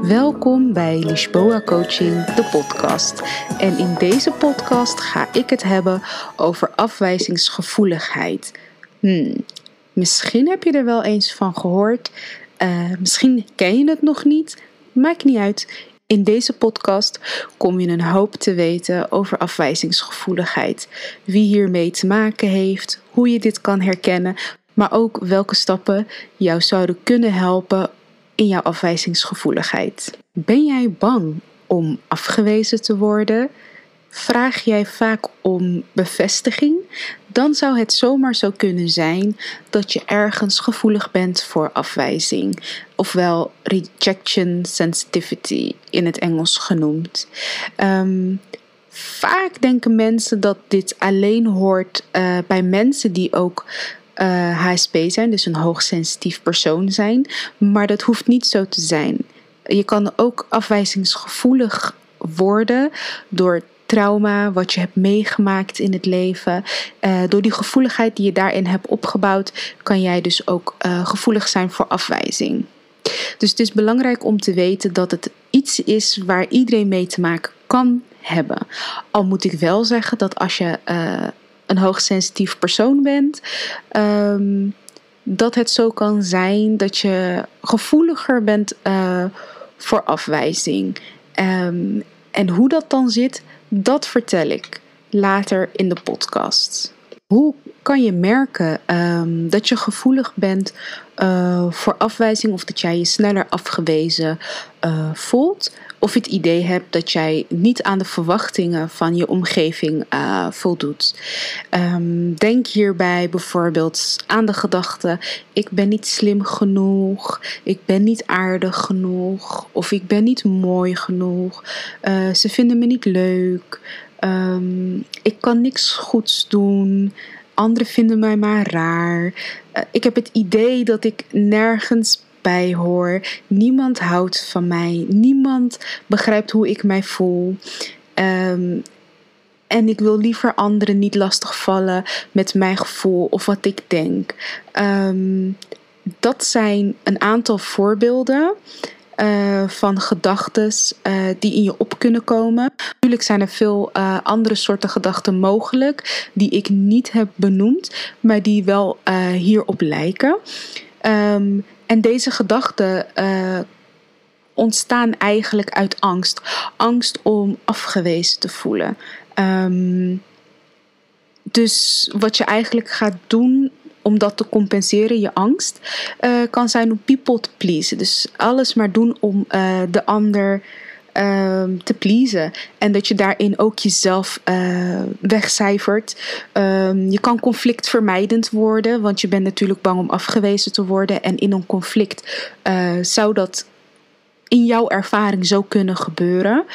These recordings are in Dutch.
Welkom bij Lisboa Coaching, de podcast. En in deze podcast ga ik het hebben over afwijzingsgevoeligheid. Misschien heb je er wel eens van gehoord. Misschien ken je het nog niet. Maakt niet uit. In deze podcast kom je een hoop te weten over afwijzingsgevoeligheid. Wie hiermee te maken heeft, hoe je dit kan herkennen, maar ook welke stappen jou zouden kunnen helpen in jouw afwijzingsgevoeligheid. Ben jij bang om afgewezen te worden? Vraag jij vaak om bevestiging? Dan zou het zomaar zo kunnen zijn dat je ergens gevoelig bent voor afwijzing. Ofwel rejection sensitivity in het Engels genoemd. Vaak denken mensen dat dit alleen hoort bij mensen die ook HSP zijn, dus een hoogsensitief persoon zijn. Maar dat hoeft niet zo te zijn. Je kan ook afwijzingsgevoelig worden door trauma, wat je hebt meegemaakt in het leven. Door die gevoeligheid die je daarin hebt opgebouwd, kan jij dus ook gevoelig zijn voor afwijzing. Dus het is belangrijk om te weten dat het iets is waar iedereen mee te maken kan hebben. Al moet ik wel zeggen dat als je een hoogsensitief persoon bent, dat het zo kan zijn dat je gevoeliger bent voor afwijzing. En hoe dat dan zit, dat vertel ik later in de podcast. Hoe kan je merken dat je gevoelig bent voor afwijzing of dat jij je sneller afgewezen voelt? Of je het idee hebt dat jij niet aan de verwachtingen van je omgeving voldoet. Denk hierbij bijvoorbeeld aan de gedachte: ik ben niet slim genoeg, ik ben niet aardig genoeg, of ik ben niet mooi genoeg, ze vinden me niet leuk, ik kan niks goeds doen, anderen vinden mij maar raar. Ik heb het idee dat ik nergens bij hoor. Niemand houdt van mij. Niemand begrijpt hoe ik mij voel. En ik wil liever anderen niet lastigvallen met mijn gevoel of wat ik denk. Dat zijn een aantal voorbeelden van gedachten die in je op kunnen komen. Natuurlijk zijn er veel andere soorten gedachten mogelijk die ik niet heb benoemd, maar die wel hierop lijken. En deze gedachten ontstaan eigenlijk uit angst. Angst om afgewezen te voelen. Dus wat je eigenlijk gaat doen om dat te compenseren, je angst, kan zijn om people te pleasen. Dus alles maar doen om de ander te pleasen. En dat je daarin ook jezelf wegcijfert. Je kan conflictvermijdend worden, want je bent natuurlijk bang om afgewezen te worden. En in een conflict zou dat in jouw ervaring zo kunnen gebeuren.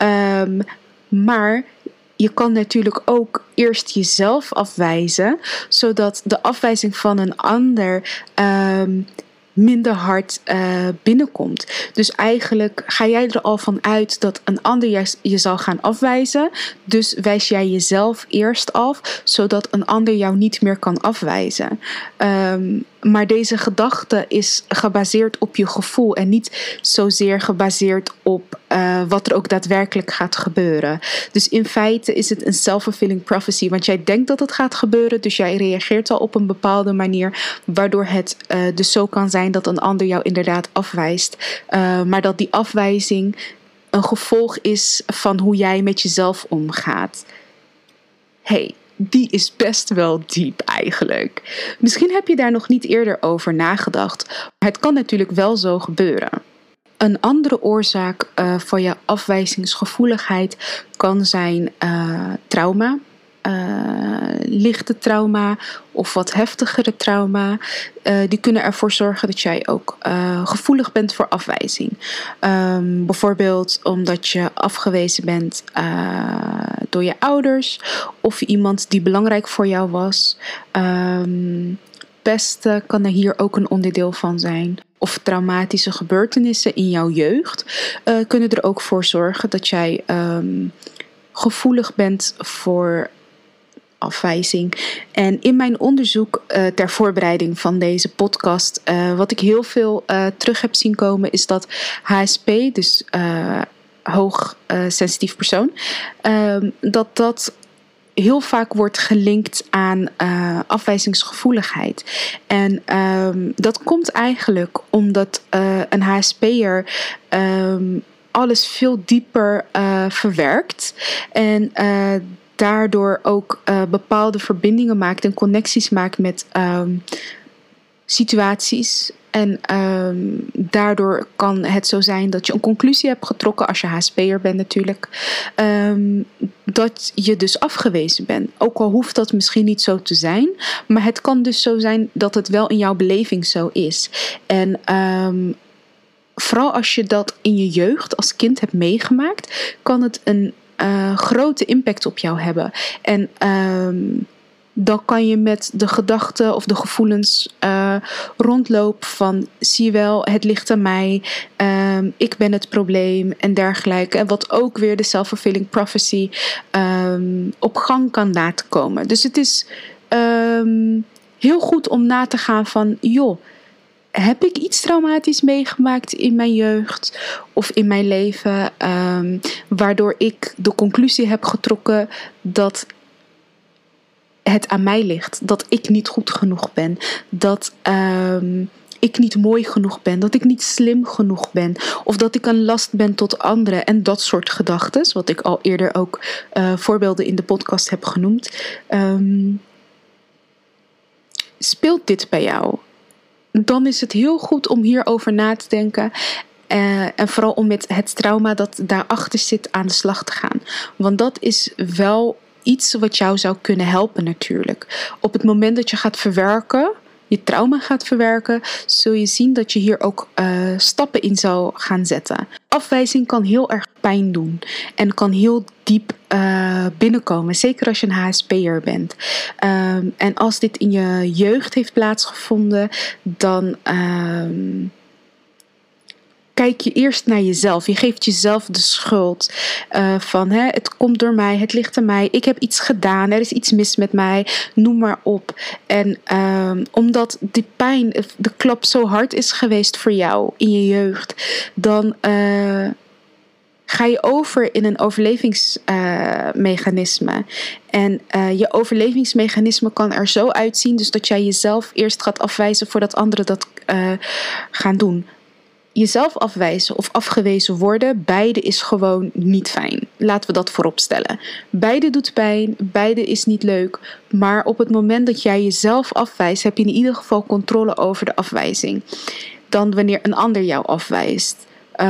Maar je kan natuurlijk ook eerst jezelf afwijzen, zodat de afwijzing van een ander minder hard binnenkomt. Dus eigenlijk ga jij er al van uit dat een ander je zal gaan afwijzen. Dus wijs jij jezelf eerst af, zodat een ander jou niet meer kan afwijzen. Maar deze gedachte is gebaseerd op je gevoel en niet zozeer gebaseerd op wat er ook daadwerkelijk gaat gebeuren. Dus in feite is het een self-fulfilling prophecy, want jij denkt dat het gaat gebeuren, dus jij reageert al op een bepaalde manier, waardoor het dus zo kan zijn dat een ander jou inderdaad afwijst, maar dat die afwijzing een gevolg is van hoe jij met jezelf omgaat. Die is best wel diep eigenlijk. Misschien heb je daar nog niet eerder over nagedacht, maar het kan natuurlijk wel zo gebeuren. Een andere oorzaak van je afwijzingsgevoeligheid kan zijn trauma. Lichte trauma of wat heftigere trauma. Die kunnen ervoor zorgen dat jij ook gevoelig bent voor afwijzing. Bijvoorbeeld omdat je afgewezen bent door je ouders of iemand die belangrijk voor jou was. Pesten kan er hier ook een onderdeel van zijn. Of traumatische gebeurtenissen in jouw jeugd kunnen er ook voor zorgen dat jij gevoelig bent voor afwijzing. En in mijn onderzoek ter voorbereiding van deze podcast, wat ik heel veel terug heb zien komen, is dat HSP, dus hoog sensitief persoon, dat heel vaak wordt gelinkt aan afwijzingsgevoeligheid. En dat komt eigenlijk omdat een HSP'er alles veel dieper verwerkt en daardoor ook bepaalde verbindingen maakt en connecties maakt met situaties. En daardoor kan het zo zijn dat je een conclusie hebt getrokken, als je HSP'er bent natuurlijk, dat je dus afgewezen bent. Ook al hoeft dat misschien niet zo te zijn, maar het kan dus zo zijn dat het wel in jouw beleving zo is. En vooral als je dat in je jeugd als kind hebt meegemaakt, kan het een grote impact op jou hebben. En dan kan je met de gedachten of de gevoelens rondlopen van, zie je wel, het ligt aan mij, ik ben het probleem en dergelijke. En wat ook weer de self-fulfilling prophecy op gang kan laten komen. Dus het is heel goed om na te gaan van, joh, heb ik iets traumatisch meegemaakt in mijn jeugd of in mijn leven, waardoor ik de conclusie heb getrokken dat het aan mij ligt, dat ik niet goed genoeg ben, dat ik niet mooi genoeg ben, dat ik niet slim genoeg ben, of dat ik een last ben tot anderen en dat soort gedachten, wat ik al eerder ook voorbeelden in de podcast heb genoemd. Speelt dit bij jou? Dan is het heel goed om hierover na te denken. En vooral om met het trauma dat daarachter zit aan de slag te gaan. Want dat is wel iets wat jou zou kunnen helpen natuurlijk. Op het moment dat je gaat verwerken, je trauma gaat verwerken, zul je zien dat je hier ook stappen in zou gaan zetten. Afwijzing kan heel erg pijn doen en kan heel diep binnenkomen, zeker als je een HSP'er bent. En als dit in je jeugd heeft plaatsgevonden, dan kijk je eerst naar jezelf. Je geeft jezelf de schuld van het komt door mij, het ligt aan mij, ik heb iets gedaan, er is iets mis met mij, noem maar op. En omdat die pijn, de klap zo hard is geweest voor jou in je jeugd, dan ga je over in een overlevingsmechanisme. En je overlevingsmechanisme kan er zo uitzien, dus dat jij jezelf eerst gaat afwijzen voordat anderen dat gaan doen. Jezelf afwijzen of afgewezen worden, beide is gewoon niet fijn. Laten we dat voorop stellen. Beide doet pijn, beide is niet leuk. Maar op het moment dat jij jezelf afwijst, heb je in ieder geval controle over de afwijzing. Dan wanneer een ander jou afwijst.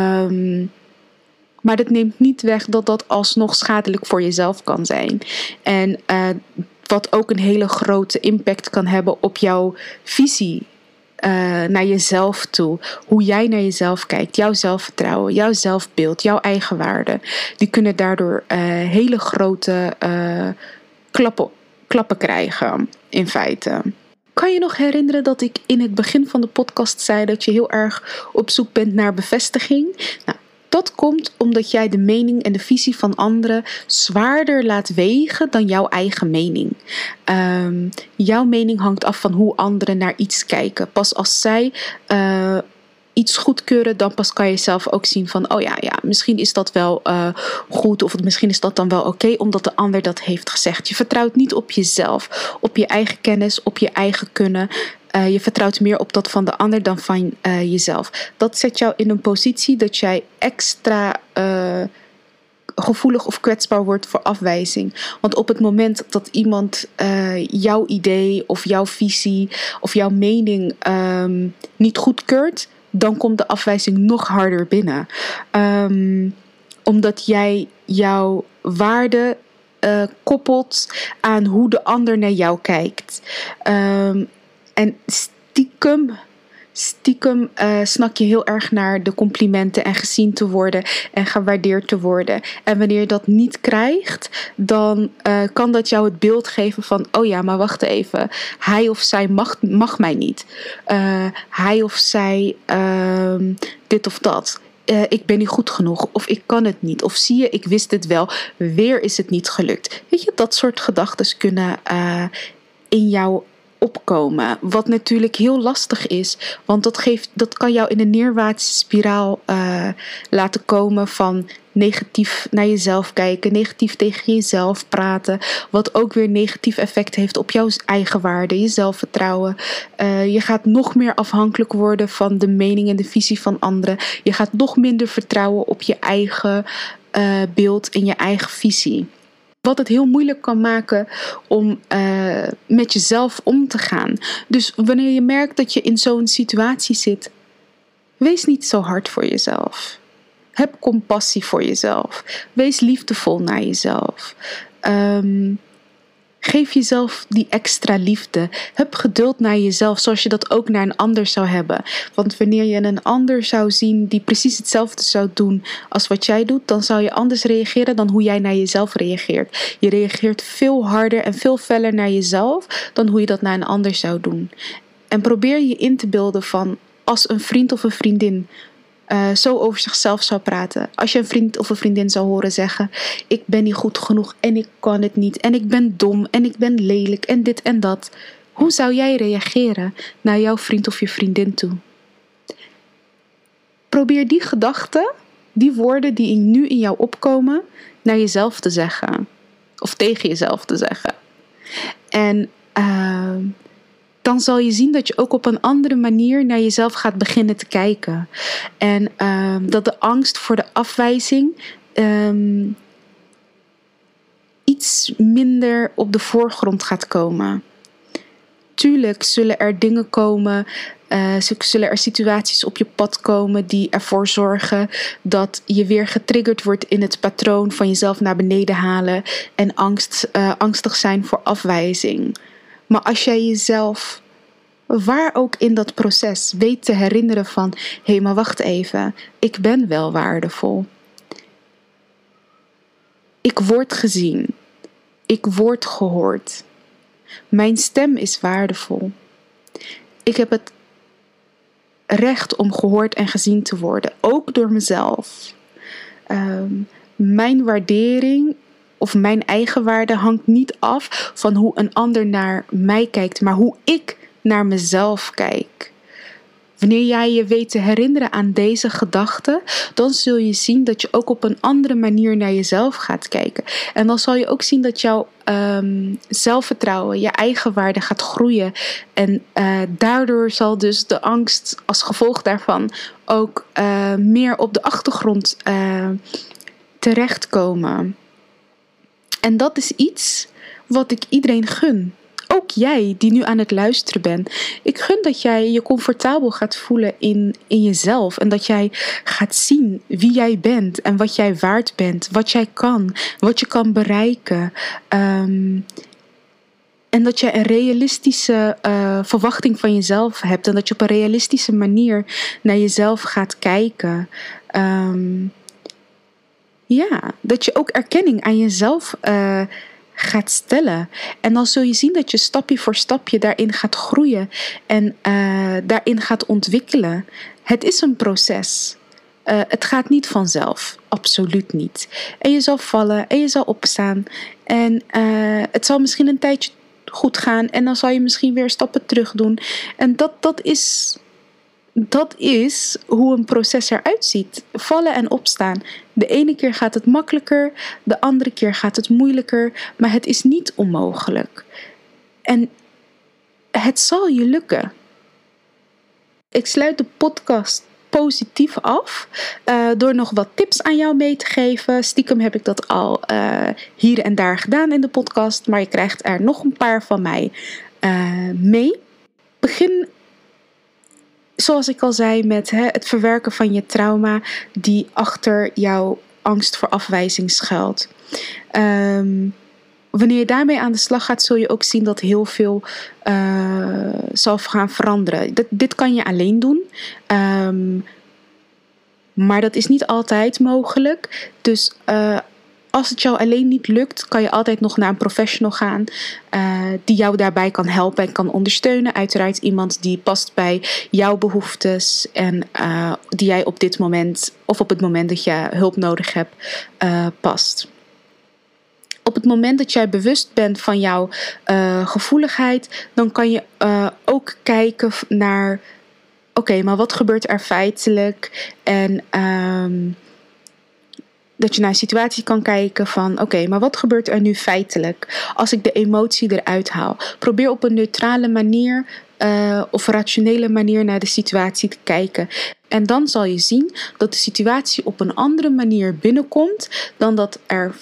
Maar dat neemt niet weg dat dat alsnog schadelijk voor jezelf kan zijn. En wat ook een hele grote impact kan hebben op jouw visie naar jezelf toe. Hoe jij naar jezelf kijkt, jouw zelfvertrouwen, jouw zelfbeeld, jouw eigenwaarde. Die kunnen daardoor hele grote klappen krijgen, in feite. Kan je nog herinneren dat ik in het begin van de podcast zei dat je heel erg op zoek bent naar bevestiging? Nou, dat komt omdat jij de mening en de visie van anderen zwaarder laat wegen dan jouw eigen mening. Jouw mening hangt af van hoe anderen naar iets kijken. Pas als zij iets goedkeuren, dan pas kan je zelf ook zien van, oh ja, misschien is dat wel goed, of misschien is dat dan wel oké, omdat de ander dat heeft gezegd. Je vertrouwt niet op jezelf, op je eigen kennis, op je eigen kunnen. Je vertrouwt meer op dat van de ander dan van jezelf. Dat zet jou in een positie dat jij extra gevoelig of kwetsbaar wordt voor afwijzing. Want op het moment dat iemand jouw idee of jouw visie of jouw mening niet goedkeurt, dan komt de afwijzing nog harder binnen. Omdat jij jouw waarde koppelt aan hoe de ander naar jou kijkt. En stiekem snak je heel erg naar de complimenten en gezien te worden en gewaardeerd te worden. En wanneer je dat niet krijgt, dan kan dat jou het beeld geven van, oh ja, maar wacht even, hij of zij mag mij niet. Hij of zij dit of dat. ik ben niet goed genoeg, of ik kan het niet, of zie je, ik wist het wel, weer is het niet gelukt. Weet je, dat soort gedachten kunnen in jou opkomen, wat natuurlijk heel lastig is, want dat kan jou in een neerwaartse spiraal laten komen van negatief naar jezelf kijken, negatief tegen jezelf praten, wat ook weer negatief effect heeft op jouw eigenwaarde, je zelfvertrouwen. Je gaat nog meer afhankelijk worden van de mening en de visie van anderen. Je gaat nog minder vertrouwen op je eigen beeld en je eigen visie. Wat het heel moeilijk kan maken om met jezelf om te gaan. Dus wanneer je merkt dat je in zo'n situatie zit, wees niet zo hard voor jezelf. Heb compassie voor jezelf. Wees liefdevol naar jezelf. Geef jezelf die extra liefde. Heb geduld naar jezelf, zoals je dat ook naar een ander zou hebben. Want wanneer je een ander zou zien die precies hetzelfde zou doen als wat jij doet, dan zou je anders reageren dan hoe jij naar jezelf reageert. Je reageert veel harder en veel feller naar jezelf dan hoe je dat naar een ander zou doen. En probeer je in te beelden van als een vriend of een vriendin zo over zichzelf zou praten. Als je een vriend of een vriendin zou horen zeggen, ik ben niet goed genoeg en ik kan het niet en ik ben dom en ik ben lelijk en dit en dat. Hoe zou jij reageren naar jouw vriend of je vriendin toe? Probeer die gedachten, die woorden die nu in jou opkomen, naar jezelf te zeggen. Of tegen jezelf te zeggen. En dan zal je zien dat je ook op een andere manier naar jezelf gaat beginnen te kijken. En dat de angst voor de afwijzing iets minder op de voorgrond gaat komen. Tuurlijk zullen er dingen komen, zullen er situaties op je pad komen die ervoor zorgen dat je weer getriggerd wordt in het patroon van jezelf naar beneden halen en angstig zijn voor afwijzing. Maar als jij jezelf, waar ook in dat proces, weet te herinneren van, hé, maar wacht even, ik ben wel waardevol. Ik word gezien. Ik word gehoord. Mijn stem is waardevol. Ik heb het recht om gehoord en gezien te worden, ook door mezelf. Mijn waardering of mijn eigen waarde hangt niet af van hoe een ander naar mij kijkt, maar hoe ik naar mezelf kijk. Wanneer jij je weet te herinneren aan deze gedachten, dan zul je zien dat je ook op een andere manier naar jezelf gaat kijken. En dan zal je ook zien dat jouw zelfvertrouwen, je eigen waarde gaat groeien. En daardoor zal dus de angst als gevolg daarvan ook meer op de achtergrond terechtkomen. En dat is iets wat ik iedereen gun. Ook jij die nu aan het luisteren bent. Ik gun dat jij je comfortabel gaat voelen in jezelf. En dat jij gaat zien wie jij bent. En wat jij waard bent. Wat jij kan. Wat je kan bereiken. En dat je een realistische verwachting van jezelf hebt. En dat je op een realistische manier naar jezelf gaat kijken. Dat je ook erkenning aan jezelf gaat stellen. En dan zul je zien dat je stapje voor stapje daarin gaat groeien en daarin gaat ontwikkelen. Het is een proces. Het gaat niet vanzelf. Absoluut niet. En je zal vallen en je zal opstaan. En het zal misschien een tijdje goed gaan en dan zal je misschien weer stappen terug doen. En dat is hoe een proces eruit ziet. Vallen en opstaan. De ene keer gaat het makkelijker, de andere keer gaat het moeilijker, maar het is niet onmogelijk. En het zal je lukken. Ik sluit de podcast positief af door nog wat tips aan jou mee te geven. Stiekem heb ik dat al hier en daar gedaan in de podcast, maar je krijgt er nog een paar van mij mee. Begin, zoals ik al zei, met het verwerken van je trauma die achter jouw angst voor afwijzing schuilt. Wanneer je daarmee aan de slag gaat, zul je ook zien dat heel veel zal gaan veranderen. Dit kan je alleen doen. Maar dat is niet altijd mogelijk. Dus Als het jou alleen niet lukt, kan je altijd nog naar een professional gaan die jou daarbij kan helpen en kan ondersteunen. Uiteraard iemand die past bij jouw behoeftes en die jij op dit moment of op het moment dat je hulp nodig hebt past. Op het moment dat jij bewust bent van jouw gevoeligheid, dan kan je ook kijken naar, oké, maar wat gebeurt er feitelijk? En dat je naar een situatie kan kijken van, oké, maar wat gebeurt er nu feitelijk als ik de emotie eruit haal? Probeer op een neutrale manier of rationele manier naar de situatie te kijken. En dan zal je zien dat de situatie op een andere manier binnenkomt dan dat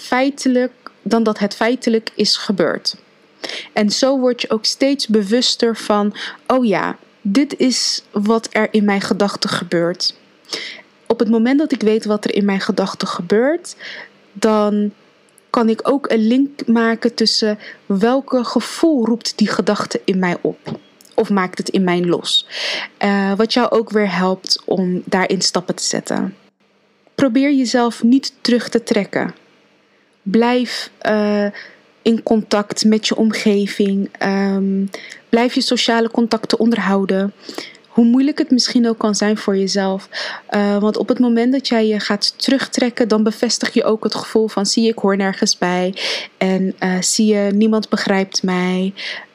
het feitelijk is gebeurd. En zo word je ook steeds bewuster van, oh ja, dit is wat er in mijn gedachten gebeurt. Op het moment dat ik weet wat er in mijn gedachten gebeurt, dan kan ik ook een link maken tussen welke gevoel roept die gedachte in mij op. Of maakt het in mij los. Wat jou ook weer helpt om daarin stappen te zetten. Probeer jezelf niet terug te trekken. Blijf in contact met je omgeving. Blijf je sociale contacten onderhouden. Hoe moeilijk het misschien ook kan zijn voor jezelf. Want op het moment dat jij je gaat terugtrekken, dan bevestig je ook het gevoel van, zie je, ik hoor nergens bij. En zie je, niemand begrijpt mij.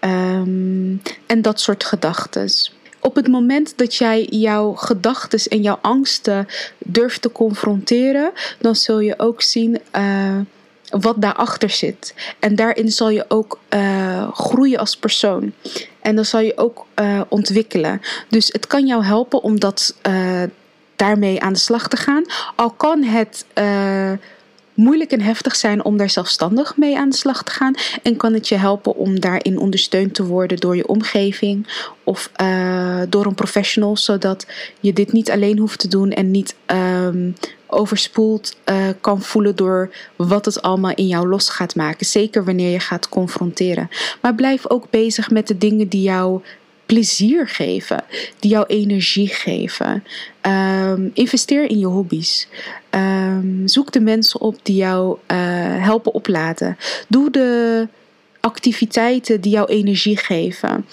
En dat soort gedachtes. Op het moment dat jij jouw gedachtes en jouw angsten durft te confronteren, dan zul je ook zien wat daarachter zit. En daarin zal je ook groeien als persoon. En dan zal je ook ontwikkelen. Dus het kan jou helpen om daarmee aan de slag te gaan. Al kan het moeilijk en heftig zijn om daar zelfstandig mee aan de slag te gaan. En kan het je helpen om daarin ondersteund te worden door je omgeving of door een professional. Zodat je dit niet alleen hoeft te doen en niet overspoeld kan voelen door wat het allemaal in jou los gaat maken. Zeker wanneer je gaat confronteren. Maar blijf ook bezig met de dingen die jou plezier geven, die jou energie geven. Investeer in je hobby's. Zoek de mensen op die jou helpen opladen. Doe de activiteiten die jou energie geven.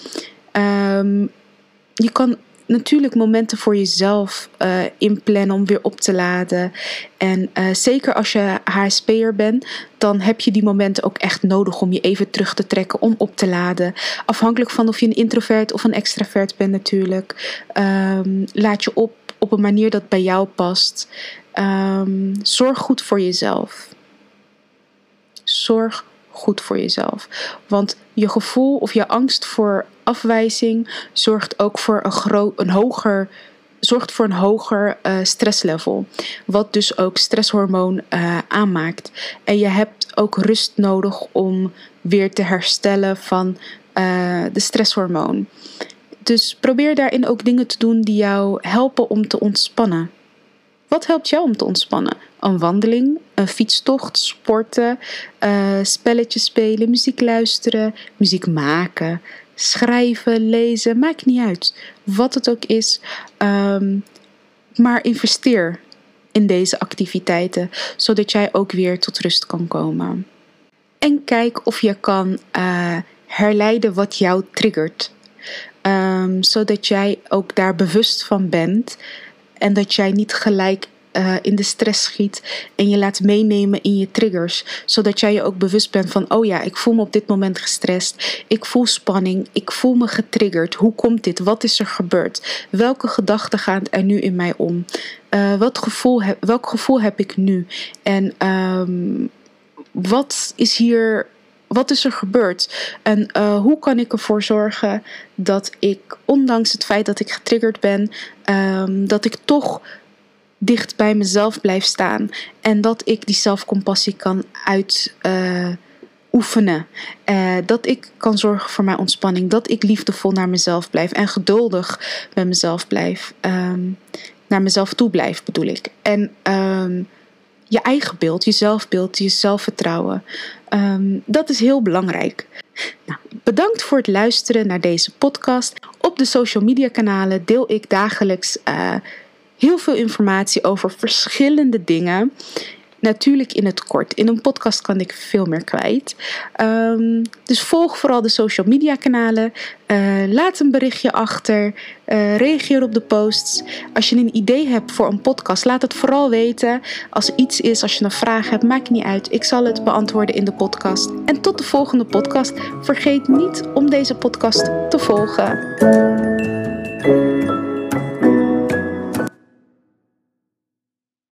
Je kan natuurlijk momenten voor jezelf inplannen om weer op te laden. En zeker als je HSP'er bent, dan heb je die momenten ook echt nodig om je even terug te trekken, om op te laden. Afhankelijk van of je een introvert of een extravert bent natuurlijk. Laat je op een manier dat bij jou past. Zorg goed voor jezelf. Zorg goed voor jezelf. Want je gevoel of je angst voor afwijzing zorgt ook voor een hoger stresslevel. Wat dus ook stresshormoon aanmaakt. En je hebt ook rust nodig om weer te herstellen van de stresshormoon. Dus probeer daarin ook dingen te doen die jou helpen om te ontspannen. Wat helpt jou om te ontspannen? Een wandeling, een fietstocht, sporten, spelletjes spelen, muziek luisteren, muziek maken, schrijven, lezen, maakt niet uit. Wat het ook is, maar investeer in deze activiteiten, zodat jij ook weer tot rust kan komen. En kijk of je kan herleiden wat jou triggert. Zodat jij ook daar bewust van bent. En dat jij niet gelijk in de stress schiet en je laat meenemen in je triggers. Zodat jij je ook bewust bent van, oh ja, ik voel me op dit moment gestrest. Ik voel spanning. Ik voel me getriggerd. Hoe komt dit? Wat is er gebeurd? Welke gedachten gaan er nu in mij om? Welk gevoel heb ik nu? En wat is er gebeurd? En hoe kan ik ervoor zorgen dat ik, ondanks het feit dat ik getriggerd ben, dat ik toch dicht bij mezelf blijf staan. En dat ik die zelfcompassie kan uitoefenen. Dat ik kan zorgen voor mijn ontspanning. Dat ik liefdevol naar mezelf blijf. En geduldig met mezelf blijf. Naar mezelf toe blijf, bedoel ik. En je eigen beeld, je zelfbeeld, je zelfvertrouwen. Dat is heel belangrijk. Nou, bedankt voor het luisteren naar deze podcast. Op de social media kanalen deel ik dagelijks heel veel informatie over verschillende dingen. natuurlijk in het kort. In een podcast kan ik veel meer kwijt. Dus volg vooral de social media kanalen. Laat een berichtje achter. Reageer op de posts. Als je een idee hebt voor een podcast, laat het vooral weten. Als er iets is, als je een vraag hebt, maakt niet uit. Ik zal het beantwoorden in de podcast. En tot de volgende podcast. Vergeet niet om deze podcast te volgen.